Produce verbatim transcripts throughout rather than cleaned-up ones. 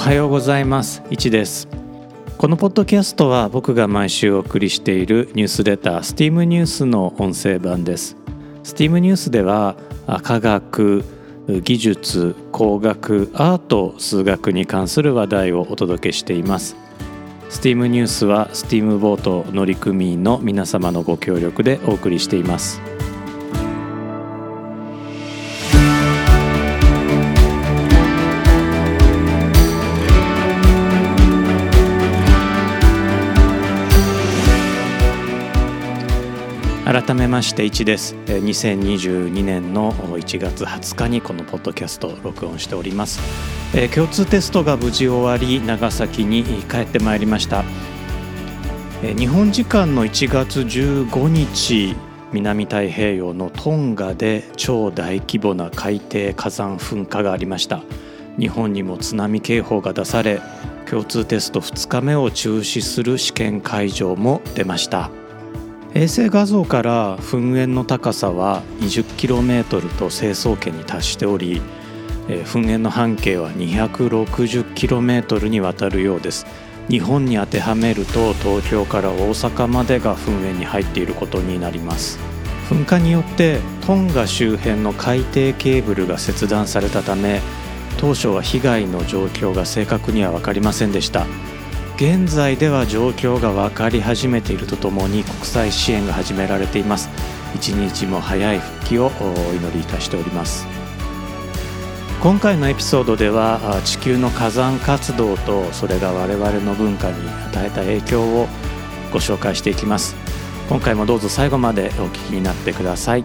はようございます。いちです。このポッドキャストは僕が毎週お送りしているニュースレター STEAM ニュースの音声版です。 STEAM ニュースでは科学、技術、工学、アート、数学に関する話題をお届けしています。 STEAM ニュースは STEAM ボート乗組員の皆様のご協力でお送りしています。改めましていちです。にせんにじゅうにねんのいちがつはつかにこのポッドキャストを録音しております。えー、共通テストが無事終わり、長崎に帰ってまいりました。えー、日本時間のいちがつじゅうごにち、南太平洋のトンガで超大規模な海底火山噴火がありました。日本にも津波警報が出され、共通テストふつかめを中止する試験会場も出ました。衛星画像から噴煙の高さは にじゅっキロメートル と成層圏に達しており、噴煙の半径は にひゃくろくじゅっキロメートル にわたるようです。日本に当てはめると東京から大阪までが噴煙に入っていることになります。噴火によってトンガ周辺の海底ケーブルが切断されたため、当初は被害の状況が正確には分かりませんでした。現在では状況が分かり始めているとともに国際支援が始められています。一日も早い復帰をお祈りいたしております。今回のエピソードでは地球の火山活動とそれが我々の文化に与えた影響をご紹介していきます。今回もどうぞ最後までお聞きになってください。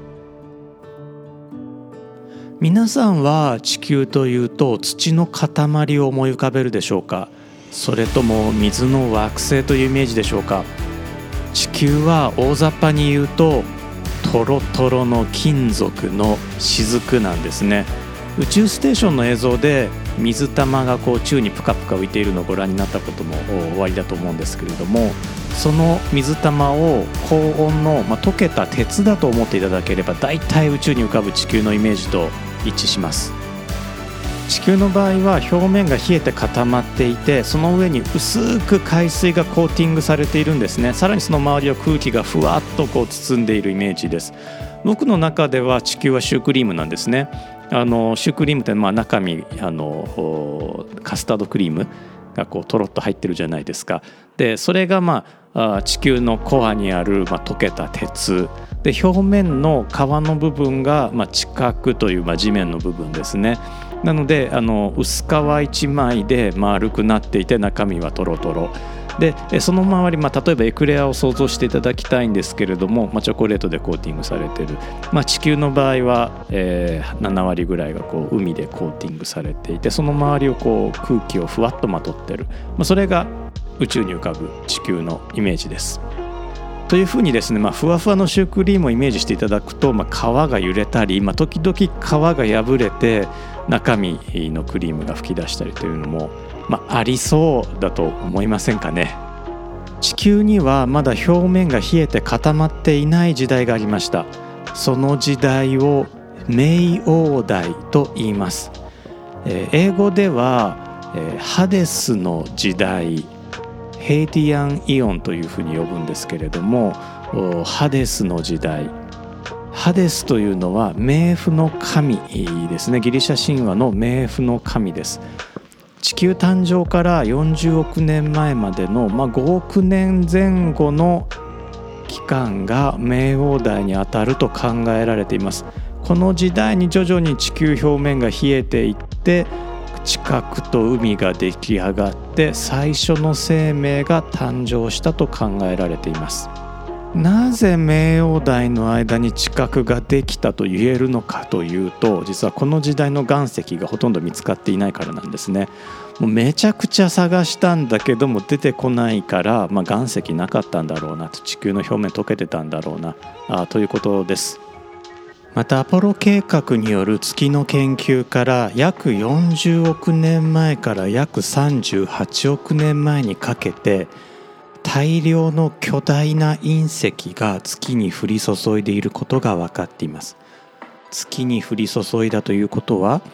皆さんは地球というと土の塊を思い浮かべるでしょうか。それとも水の惑星というイメージでしょうか。地球は大雑把に言うとトロトロの金属の雫なんですね。宇宙ステーションの映像で水玉がこう宙にプカプカ浮いているのをご覧になったこともおありだと思うんですけれども、その水玉を高温の、まあ、溶けた鉄だと思っていただければ、だいたい宇宙に浮かぶ地球のイメージと一致します。地球の場合は表面が冷えて固まっていて、その上に薄く海水がコーティングされているんですね。さらにその周りを空気がふわっとこう包んでいるイメージです。僕の中では地球はシュークリームなんですね。あのシュークリームってまあ中身あのカスタードクリームがこうとろっと入ってるじゃないですか。でそれがまあ地球のコアにあるまあ溶けた鉄で、表面の皮の部分がまあ地殻というまあ地面の部分ですね。なのであの薄皮一枚で丸くなっていて、中身はトロトロで、その周り、まあ、例えばエクレアを想像していただきたいんですけれども、まあ、チョコレートでコーティングされている、まあ、地球の場合は、えー、ななわりぐらいがこう海でコーティングされていて、その周りをこう空気をふわっとまとっている、まあ、それが宇宙に浮かぶ地球のイメージです。というふうにですね、まあ、ふわふわのシュークリームをイメージしていただくと、まあ、皮が揺れたり、まあ、時々皮が破れて中身のクリームが吹き出したりというのも、まあ、ありそうだと思いませんかね。地球にはまだ表面が冷えて固まっていない時代がありました。その時代を冥王代と言います。えー、英語では、えー、ハデスの時代、ヘイティアンイオンというふうに呼ぶんですけれども、ハデスの時代、ハデスというのは冥府の神ですね。ギリシャ神話の冥府の神です。地球誕生からよんじゅうおくねんまえまでの、まあ、ごおくねんぜん後の期間が冥王代にあたると考えられています。この時代に徐々に地球表面が冷えていって、地殻と海が出来上がって最初の生命が誕生したと考えられています。なぜ冥王代の間に地殻ができたと言えるのかというと、実はこの時代の岩石がほとんど見つかっていないからなんですね。もうめちゃくちゃ探したんだけども出てこないから、まあ、岩石なかったんだろうなと、地球の表面溶けてたんだろうなあということです。またアポロ計画による月の研究から約よんじゅうおくねんまえから約さんじゅうはちおくねんまえにかけて、大量の巨大な隕石が月に降り注いでいることが分かっています。月に降り注いだということは、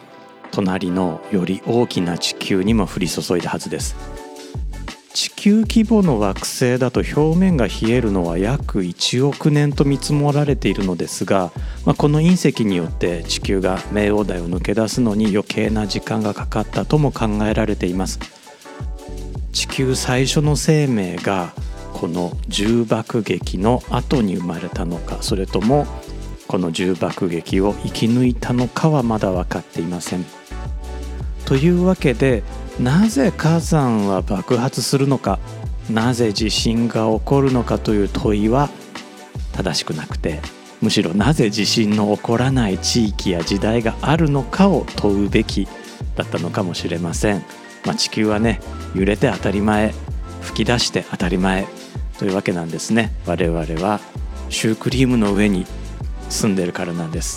隣のより大きな地球にも降り注いだはずです。地球規模の惑星だと表面が冷えるのは約いちおくねんと見積もられているのですが、まあ、この隕石によって地球が冥王台を抜け出すのに余計な時間がかかったとも考えられています。地球最初の生命がこの重爆撃の後に生まれたのか、それともこの重爆撃を生き抜いたのかはまだ分かっていません。というわけで、なぜ火山は爆発するのか、なぜ地震が起こるのかという問いは正しくなくて、むしろなぜ地震の起こらない地域や時代があるのかを問うべきだったのかもしれません。まあ、地球はね、揺れて当たり前、吹き出して当たり前というわけなんですね。我々はシュークリームの上に住んでるからなんです。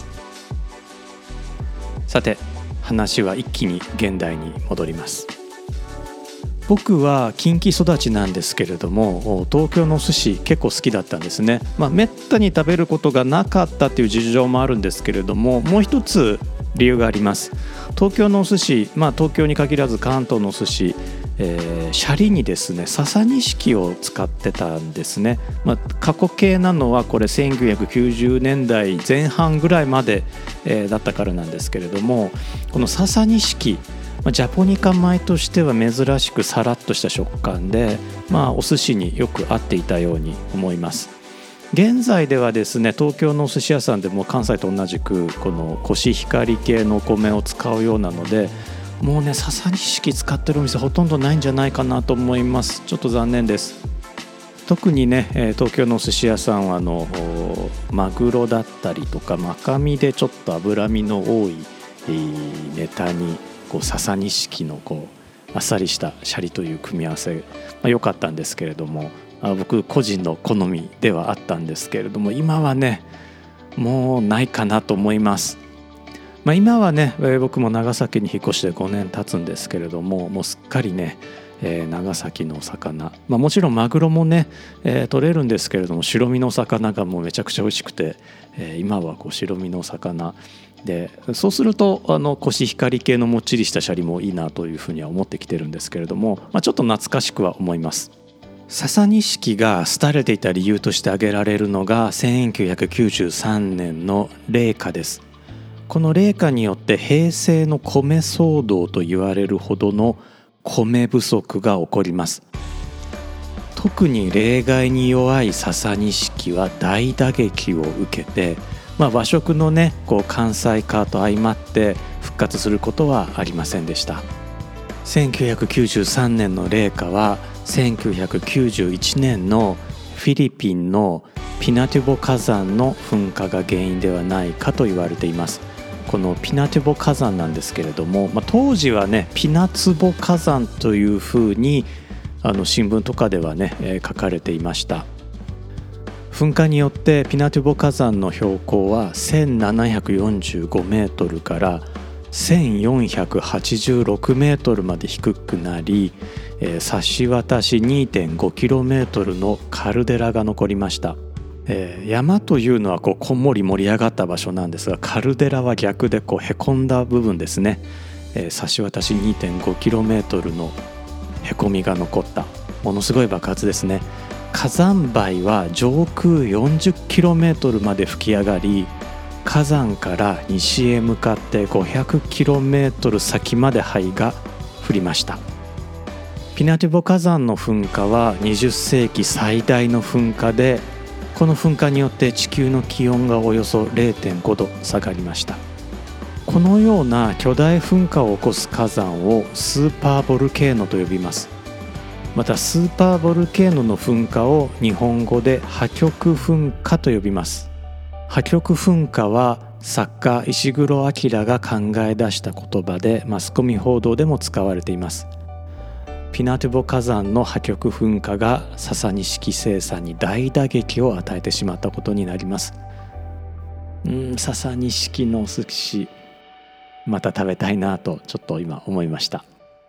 さて、話は一気に現代に戻ります。僕は近畿育ちなんですけれども、東京のお寿司結構好きだったんですね。まあ、めったに食べることがなかったという事情もあるんですけれども、もう一つ理由があります。東京のお寿司、まあ、東京に限らず関東のお寿司、えー、シャリにですね、笹錦を使ってたんですね。まあ、過去形なのはこれせんきゅうひゃくきゅうじゅうねんだいぜん半ぐらいまで、えー、だったからなんですけれども、この笹錦、まあ、ジャポニカ米としては珍しくさらっとした食感で、まあ、お寿司によく合っていたように思います。現在ではですね、東京のお寿司屋さんでも関西と同じくこのコシヒカリ系のお米を使うようなので、もうね、笹錦使ってるお店ほとんどないんじゃないかなと思います。ちょっと残念です。特にね、東京のお寿司屋さんはあのマグロだったりとか赤身でちょっと脂身の多いネタにこう笹錦のこうあっさりしたシャリという組み合わせ、まあ、良かったんですけれども、あ僕個人の好みではあったんですけれども、今はねもうないかなと思います。まあ、今はね、僕も長崎に引っ越してごねん経つんですけれども、もうすっかりね、えー、長崎のお魚、まあ、もちろんマグロもね、えー、取れるんですけれども、白身のお魚がもうめちゃくちゃ美味しくて、えー、今はこう白身のお魚で、そうするとあのコシヒカリ系のもっちりしたシャリもいいなというふうには思ってきてるんですけれども、まあ、ちょっと懐かしくは思います。笹錦が廃れていた理由として挙げられるのがせんきゅうひゃくきゅうじゅうさんねんの冷夏です。この冷夏によって平成の米騒動と言われるほどの米不足が起こります。特に冷害に弱い笹錦は大打撃を受けて、まあ、和食のねこう関西化と相まって復活することはありませんでした。せんきゅうひゃくきゅうじゅうさんねんの冷夏はせんきゅうひゃくきゅうじゅういちねんのフィリピンのピナティボ火山の噴火が原因ではないかと言われています。このピナティボ火山なんですけれども、まあ、当時はねピナツボ火山というふうにあの新聞とかではね、えー、書かれていました。噴火によってピナティボ火山の標高はせんななひゃくよんじゅうごメートルからせんよんひゃくはちじゅうろくメートルまで低くなり、えー、差し渡し にてんごキロメートルのカルデラが残りました。えー、山というのはこうこんもり盛り上がった場所なんですが、カルデラは逆でこうへこんだ部分ですね。えー、差し渡し にてんごキロメートルのへこみが残ったものすごい爆発ですね。火山灰は上空 よんじゅっキロメートルまで吹き上がり、火山から西へ向かって ごひゃくキロメートル先まで灰が降りました。ピナティボ火山の噴火はにじゅっせいき最大の噴火で、この噴火によって地球の気温がおよそ れいてんごど下がりました。このような巨大噴火を起こす火山をスーパーボルケーノと呼びます。またスーパーボルケーノの噴火を日本語で破局噴火と呼びます。破局噴火は作家石黒明が考え出した言葉で、マスコミ報道でも使われています。ピナティボ火山の破局噴火が笹錦生産に大打撃を与えてしまったことになります。うーん笹錦のお寿司また食べたいなとちょっと今思いました。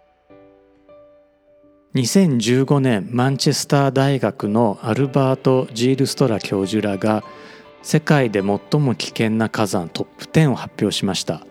にせんじゅうごねんマンチェスター大学のアルバート・ジールストラ教授らが世界で最も危険な火山トップじゅうを発表しました。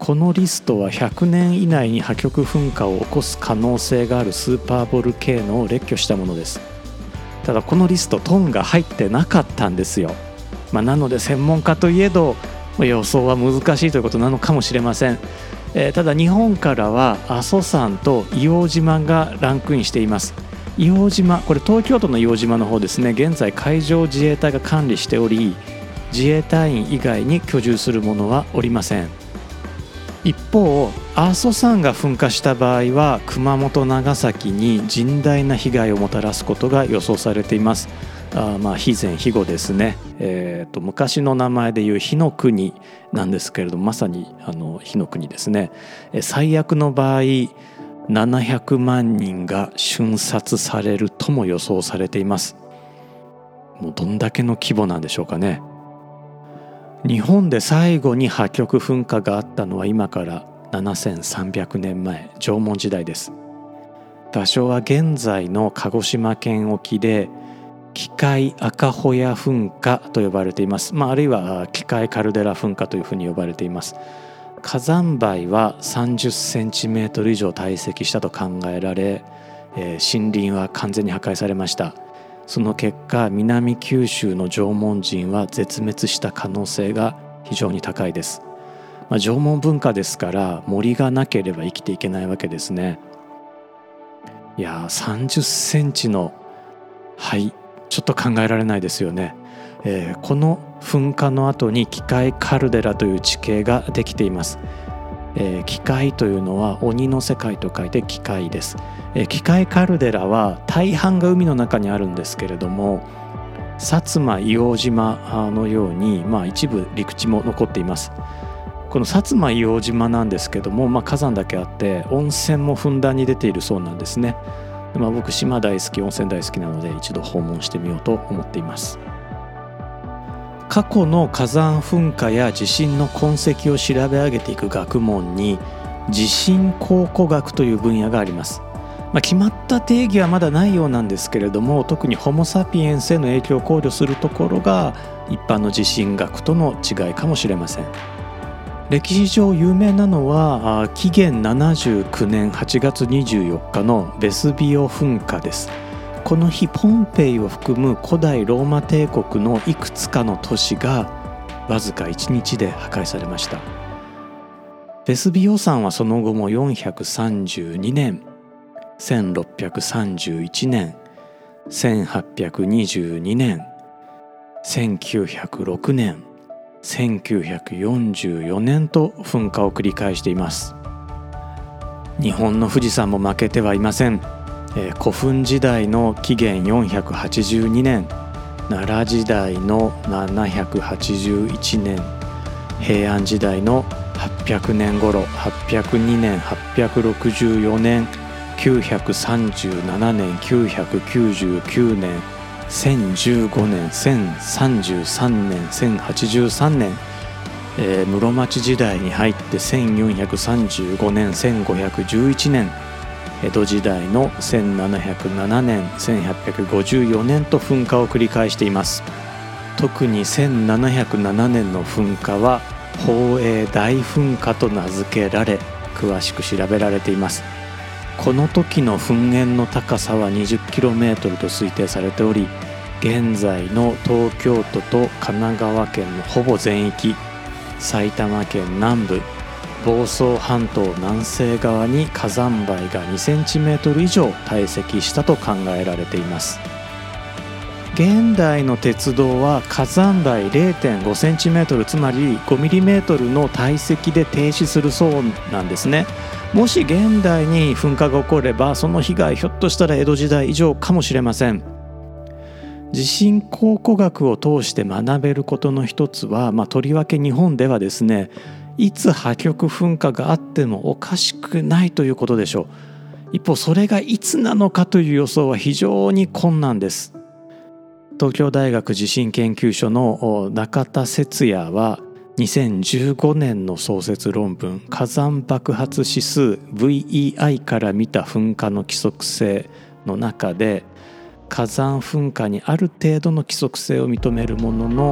このリストはひゃくねん以内に破局噴火を起こす可能性があるスーパーボルケーノを列挙したものです。ただこのリストトンガ入ってなかったんですよ。まあ、なので専門家といえど予想は難しいということなのかもしれません。えー、ただ日本からは阿蘇山と硫黄島がランクインしています。硫黄島、これ東京都の硫黄島の方ですね。現在海上自衛隊が管理しており、自衛隊員以外に居住する者はおりません。一方、阿蘇山が噴火した場合は熊本長崎に甚大な被害をもたらすことが予想されています。あまあ肥前肥後ですね、えー、と昔の名前でいう火の国なんですけれども、まさにあの火の国ですね。最悪の場合ななひゃくまんにんが瞬殺されるとも予想されています。もうどんだけの規模なんでしょうかね。日本で最後に破局噴火があったのは今からななせんさんびゃくねんまえ、縄文時代です。場所は現在の鹿児島県沖で機械赤ホヤ噴火と呼ばれています。まあ、あるいは機械カルデラ噴火というふうに呼ばれています。火山灰はさんじゅっセンチメートル以上堆積したと考えられ、えー、森林は完全に破壊されました。その結果、南九州の縄文人は絶滅した可能性が非常に高いです。まあ、縄文文化ですから森がなければ生きていけないわけですね。いやー、さんじゅっセンチの灰、ちょっと考えられないですよね。えー、この噴火の後に機械カルデラという地形ができています。えー、機械というのは鬼の世界と書いて機械です。えー、機械カルデラは大半が海の中にあるんですけれども、薩摩硫黄島のように、まあ、一部陸地も残っています。この薩摩硫黄島なんですけども、まあ、火山だけあって温泉もふんだんに出ているそうなんですね。まあ、僕島大好き、温泉大好きなので一度訪問してみようと思っています。過去の火山噴火や地震の痕跡を調べ上げていく学問に地震考古学という分野があります。まあ、決まった定義はまだないようなんですけれども、特にホモ・サピエンスへの影響を考慮するところが一般の地震学との違いかもしれません。歴史上有名なのは紀元ななじゅうきゅうねんはちがつにじゅうよっかのベスビオ噴火です。この日、ポンペイを含む古代ローマ帝国のいくつかの都市がわずかいちにちで破壊されました。ベスビオ山はその後もよんひゃくさんじゅうにねん、せんろっぴゃくさんじゅういちねん、せんはっぴゃくにじゅうにねん、せんきゅうひゃくろくねん、せんきゅうひゃくよんじゅうよねんと噴火を繰り返しています。日本の富士山も負けてはいません。えー、古墳時代の紀元よんひゃくはちじゅうにねん、奈良時代のななひゃくはちじゅういちねん、平安時代のはっぴゃくねん頃、はっぴゃくにねん、はっぴゃくろくじゅうよねん、きゅうひゃくさんじゅうななねん、きゅうひゃくきゅうじゅうきゅうねん、せんじゅうごねん、せんさんじゅうさんねん、せんはちじゅうさんねん、えー、室町時代に入ってせんよんひゃくさんじゅうごねん、せんごひゃくじゅういちねん、江戸時代のせんななひゃくななねん、せんはっぴゃくごじゅうよねんと噴火を繰り返しています。特にせんななひゃくななねんの噴火は宝永大噴火と名付けられ、詳しく調べられています。この時の噴煙の高さはにじゅっキロメートルと推定されており、現在の東京都と神奈川県のほぼ全域、埼玉県南部、房総半島南西側に火山灰がにセンチメートル以上堆積したと考えられています。現代の鉄道は火山灰 れいてんごセンチメートル、つまりごミリメートルの堆積で停止するそうなんですね。もし現代に噴火が起これば、その被害ひょっとしたら江戸時代以上かもしれません。地震考古学を通して学べることの一つは、まあ、とりわけ日本ではですね、いつ破局噴火があってもおかしくないということでしょう。一方、それがいつなのかという予想は非常に困難です。東京大学地震研究所の中田節也はにせんじゅうごねんの創設論文、火山爆発指数 ブイイーアイ から見た噴火の規則性の中で、火山噴火にある程度の規則性を認めるものの、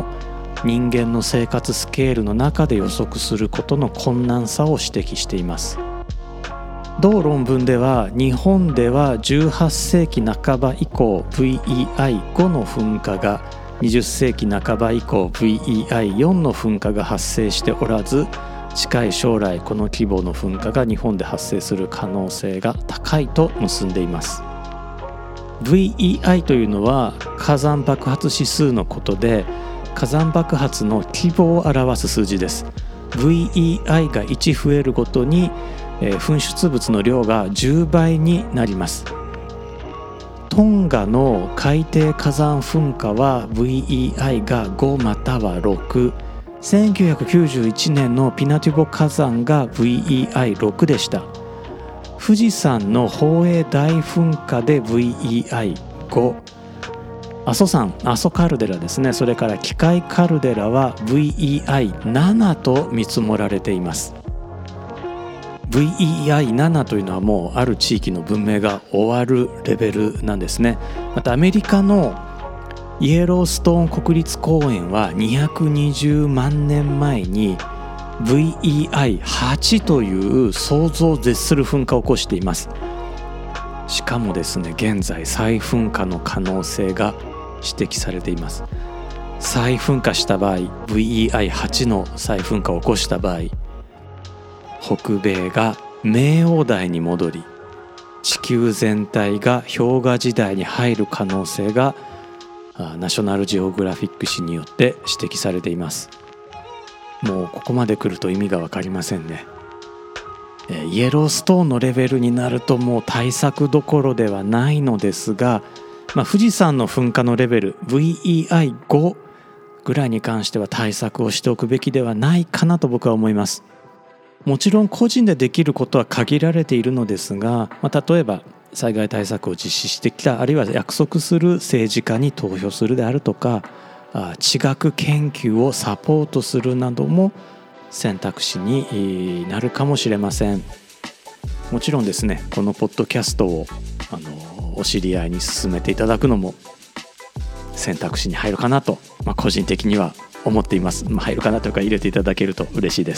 人間の生活スケールの中で予測することの困難さを指摘しています。同論文では日本ではじゅうはっせいきなかば以降 ブイイーアイファイブ の噴火がにじゅっせいきなかば以降 ブイイーアイフォー の噴火が発生しておらず、近い将来この規模の噴火が日本で発生する可能性が高いと結んでいます。 ブイイーアイ というのは火山爆発指数のことで、火山爆発の規模を表す数字です。 ブイイーアイ がいち増えるごとに、えー、噴出物の量がじゅうばいになります。トンガの海底火山噴火は ブイイーアイ がごまたはろく、せんきゅうひゃくきゅうじゅういちねんのピナティボ火山が ブイイーアイろく でした。富士山の宝永大噴火で ブイイーアイご、阿蘇山、阿蘇カルデラですね、それから機械カルデラは ブイイーアイなな と見積もられています。 ブイイーアイなな というのはもうある地域の文明が終わるレベルなんですね。またアメリカのイエローストーン国立公園はにひゃくにじゅうまんねんまえに ブイイーアイはち という想像を絶する噴火を起こしています。しかもですね、現在再噴火の可能性が指摘されています。再噴火した場合、 ブイイーアイはち の再噴火を起こした場合、北米が明王代に戻り、地球全体が氷河時代に入る可能性がナショナルジオグラフィック誌によって指摘されています。もうここまで来ると意味が分かりませんね。イエローストーンのレベルになるともう対策どころではないのですが、まあ、富士山の噴火のレベル ブイイーアイファイブ ぐらいに関しては対策をしておくべきではないかなと僕は思います。もちろん個人でできることは限られているのですが、まあ、例えば災害対策を実施してきた、あるいは約束する政治家に投票するであるとか、地学研究をサポートするなども選択肢になるかもしれません。もちろんですね、このポッドキャストをあのお知り合いに勧めていただくのも選択肢に入るかなと、まあ、個人的には思っています。まあ、入るかなというか入れていただけると嬉しいです。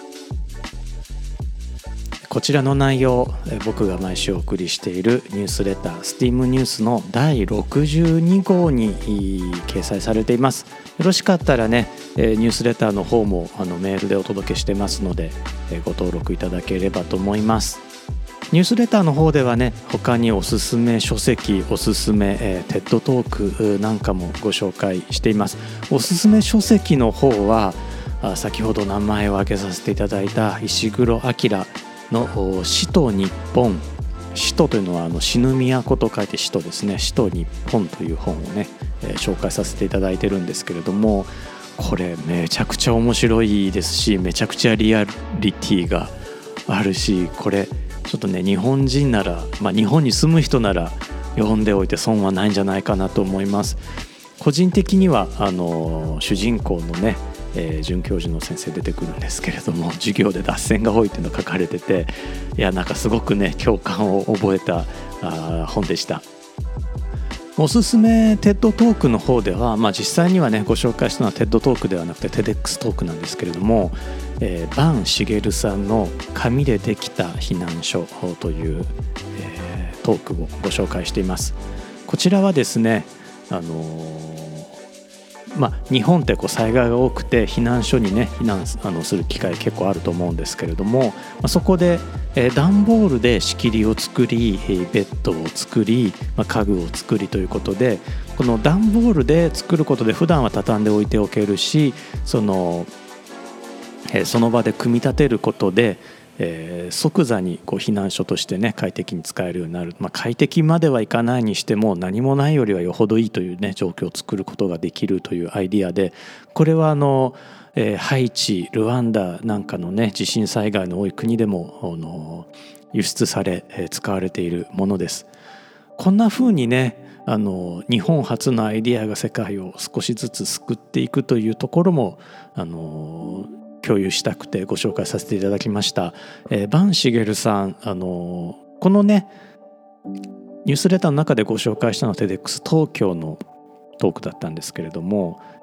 こちらの内容、僕が毎週お送りしているニュースレター スティーム ニュースのだいろくじゅうにごうに掲載されています。よろしかったらね、ニュースレターの方もあのメールでお届けしてますので、ご登録いただければと思います。ニュースレターの方ではね、他におすすめ書籍、おすすめ、えー、テッドトークなんかもご紹介しています。おすすめ書籍の方は先ほど名前を挙げさせていただいた石黒明の死と日本、死とというのはあの死ぬ都と書いて死とですね、死と日本という本をね、えー、紹介させていただいてるんですけれども、これめちゃくちゃ面白いですし、めちゃくちゃリアリティがあるし、これちょっとね、日本人なら、まあ、日本に住む人なら読んでおいて損はないんじゃないかなと思います。個人的にはあの主人公のね、えー、准教授の先生出てくるんですけれども、授業で脱線が多いっていうのが書かれてて、いやなんかすごくね共感を覚えたあ本でした。おすすめテッドトークの方では、まあ、実際にはねご紹介したのはテッドトークではなくてテデックストークなんですけれども、えー、坂茂さんの紙でできた避難所という、えー、トークをご紹介しています。こちらはですね、あのーまあ、日本ってこう災害が多くて避難所にね避難あのする機会結構あると思うんですけれども、まあ、そこで、えー、段ボールで仕切りを作り、えー、ベッドを作り、まあ、家具を作りということで、この段ボールで作ることで普段は畳んでおいておけるし、その、えー、その場で組み立てることでえー、即座にこう避難所としてね快適に使えるようになる、まあ、快適まではいかないにしても何もないよりはよほどいいというね状況を作ることができるというアイディアで、これはあの、えー、ハイチ、ルワンダなんかのね地震災害の多い国でもあの輸出され、えー、使われているものです。こんな風にねあの日本初のアイディアが世界を少しずつ救っていくというところもあの共有したくてご紹介させていただきました。えー、坂茂さん、あのー、このねニュースレターの中でご紹介したのはテデックス東京のトークだったんですけれども、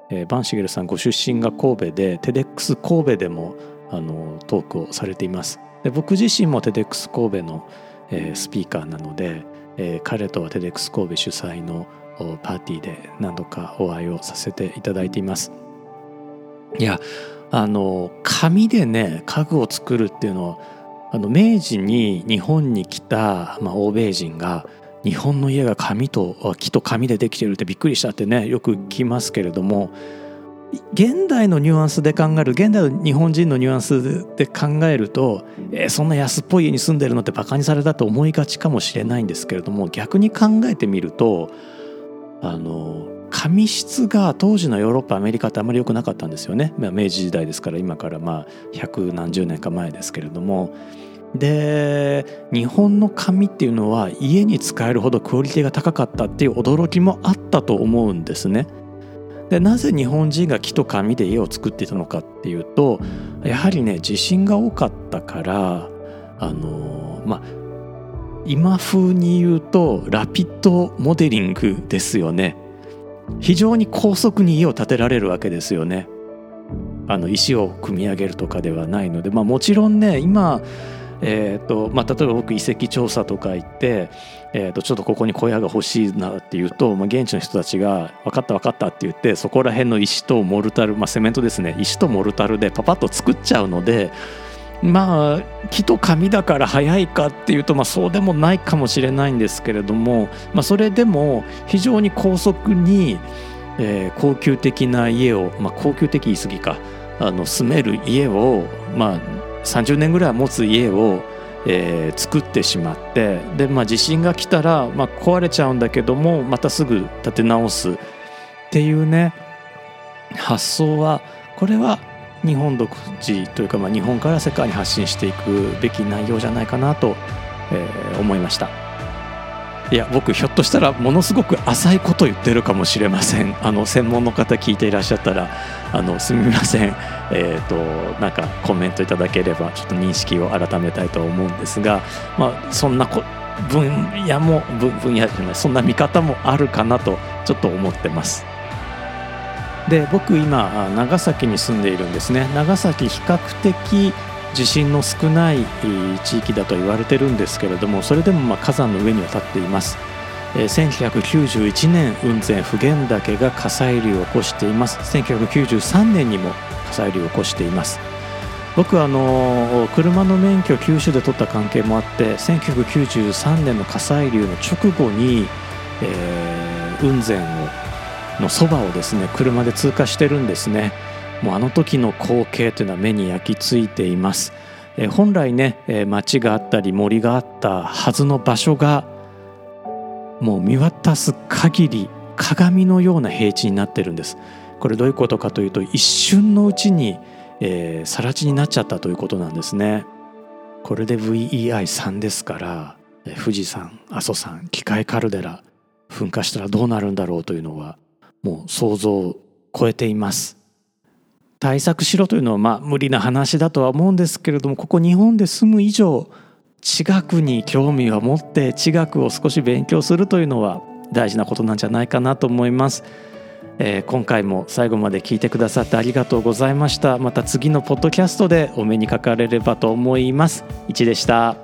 えー、バンシゲルさんご出身が神戸で テデックス 神戸でもあのトークをされています。で僕自身も テデックス 神戸の、えー、スピーカーなので、えー、彼とは テデックス 神戸主催のパーティーで何度かお会いをさせていただいています。いやあの紙でね家具を作るっていうのはあの明治に日本に来た、まあ、欧米人が日本の家が紙と木と紙でできているってびっくりしたってねよく聞きますけれども、現代のニュアンスで考える現代の日本人のニュアンスで考えると、えー、そんな安っぽい家に住んでるのってバカにされたと思いがちかもしれないんですけれども、逆に考えてみるとあの紙質が当時のヨーロッパアメリカってあまり良くなかったんですよね。まあ、明治時代ですから今からまあ百何十年か前ですけれども、で日本の紙っていうのは家に使えるほどクオリティが高かったっていう驚きもあったと思うんですね。でなぜ日本人が木と紙で家を作っていたのかっていうと、やはりね地震が多かったからあのまあ今風に言うとラピッドモデリングですよね。非常に高速に家を建てられるわけですよね。あの石を組み上げるとかではないので、まあ、もちろんね今、えーとまあ、例えば僕遺跡調査とか行って、えー、とちょっとここに小屋が欲しいなっていうと、まあ、現地の人たちが分かった分かったって言ってそこら辺の石とモルタル、まあ、セメントですね、石とモルタルでパパッと作っちゃうので、まあ木と紙だから早いかっていうと、まあ、そうでもないかもしれないんですけれども、まあ、それでも非常に高速に、えー、高級的な家を、まあ、高級的言い過ぎかあの住める家を、まあ、さんじゅうねんぐらい持つ家を、えー、作ってしまってで、まあ、地震が来たら、まあ、壊れちゃうんだけどもまたすぐ建て直すっていうね発想はこれは日本独自というか、まあ、日本から世界に発信していくべき内容じゃないかなと、えー、思いました。いや僕ひょっとしたらものすごく浅いこと言ってるかもしれません。あの専門の方聞いていらっしゃったらあのすみません、えーとなんかコメントいただければちょっと認識を改めたいと思うんですが、まあ、そんなこ分野も分分野じゃないそんな見方もあるかなとちょっと思ってます。で僕今長崎に住んでいるんですね。長崎比較的地震の少ない地域だと言われてるんですけれども、それでもまあ火山の上には立っています。せんきゅうひゃくきゅうじゅういちねん雲仙普賢岳が火砕流を起こしています。せんきゅうひゃくきゅうじゅうさんねんにも火砕流を起こしています。僕はあの車の免許九州で取った関係もあってせんきゅうひゃくきゅうじゅうさんねんの火砕流の直後に、えー、雲仙をのそばをですね車で通過してるんですね。もうあの時の光景というのは目に焼き付いています。えー、本来ね、えー、町があったり森があったはずの場所がもう見渡す限り鏡のような平地になってるんです。これどういうことかというと一瞬のうちに、えー、更地になっちゃったということなんですね。これで ブイイーアイさん ですから、えー、富士山、阿蘇山、機械カルデラ噴火したらどうなるんだろうというのはもう想像を超えています。対策しろというのはまあ無理な話だとは思うんですけれども、ここ日本で住む以上地学に興味を持って地学を少し勉強するというのは大事なことなんじゃないかなと思います。えー、今回も最後まで聞いてくださってありがとうございました。また次のポッドキャストでお目にかかれればと思います。いちでした。